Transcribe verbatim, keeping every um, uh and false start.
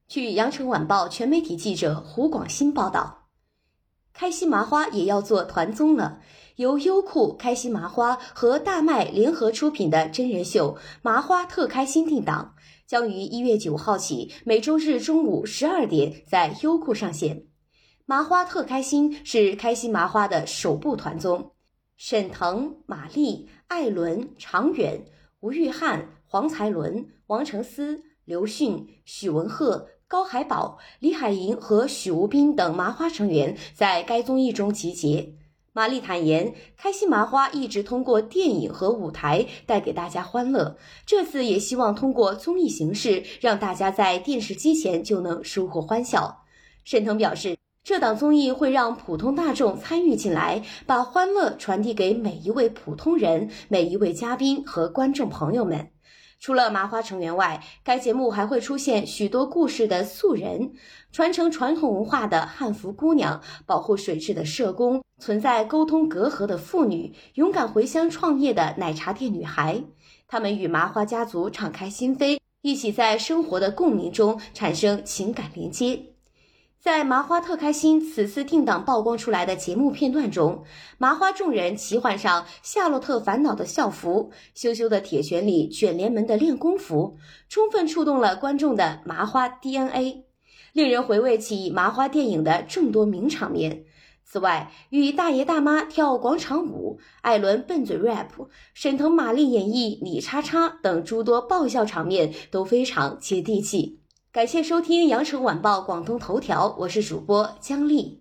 据羊城晚报全媒体记者胡广新报道，开心麻花也要做团综了。由优酷、开心麻花和大麦联合出品的真人秀《麻花特开心》定档，将于一月九号起每周日中午十二点在优酷上线。麻花特开心是开心麻花的首部团综，沈腾、马丽、艾伦、常远、吴玉翰、黄才伦、王成思、刘迅、许文赫、高海宝、李海莹和许无斌等麻花成员在该综艺中集结。马丽坦言，开心麻花一直通过电影和舞台带给大家欢乐，这次也希望通过综艺形式让大家在电视机前就能收获欢笑。沈腾表示，这档综艺会让普通大众参与进来，把欢乐传递给每一位普通人、每一位嘉宾和观众朋友们。除了麻花成员外，该节目还会出现许多故事的素人，传承传统文化的汉服姑娘，保护水质的社工，存在沟通隔阂的妇女，勇敢回乡创业的奶茶店女孩。她们与麻花家族敞开心扉，一起在生活的共鸣中产生情感连接。在麻花特开心此次定档曝光出来的节目片段中，麻花众人齐换上夏洛特烦恼的校服，羞羞的铁拳里卷帘门的练功服，充分触动了观众的麻花 D N A， 令人回味起麻花电影的众多名场面。此外，与大爷大妈跳广场舞，艾伦笨嘴 rap， 沈腾马丽演绎李叉叉等诸多爆笑场面都非常接地气。感谢收听羊城晚报广东头条，我是主播姜丽。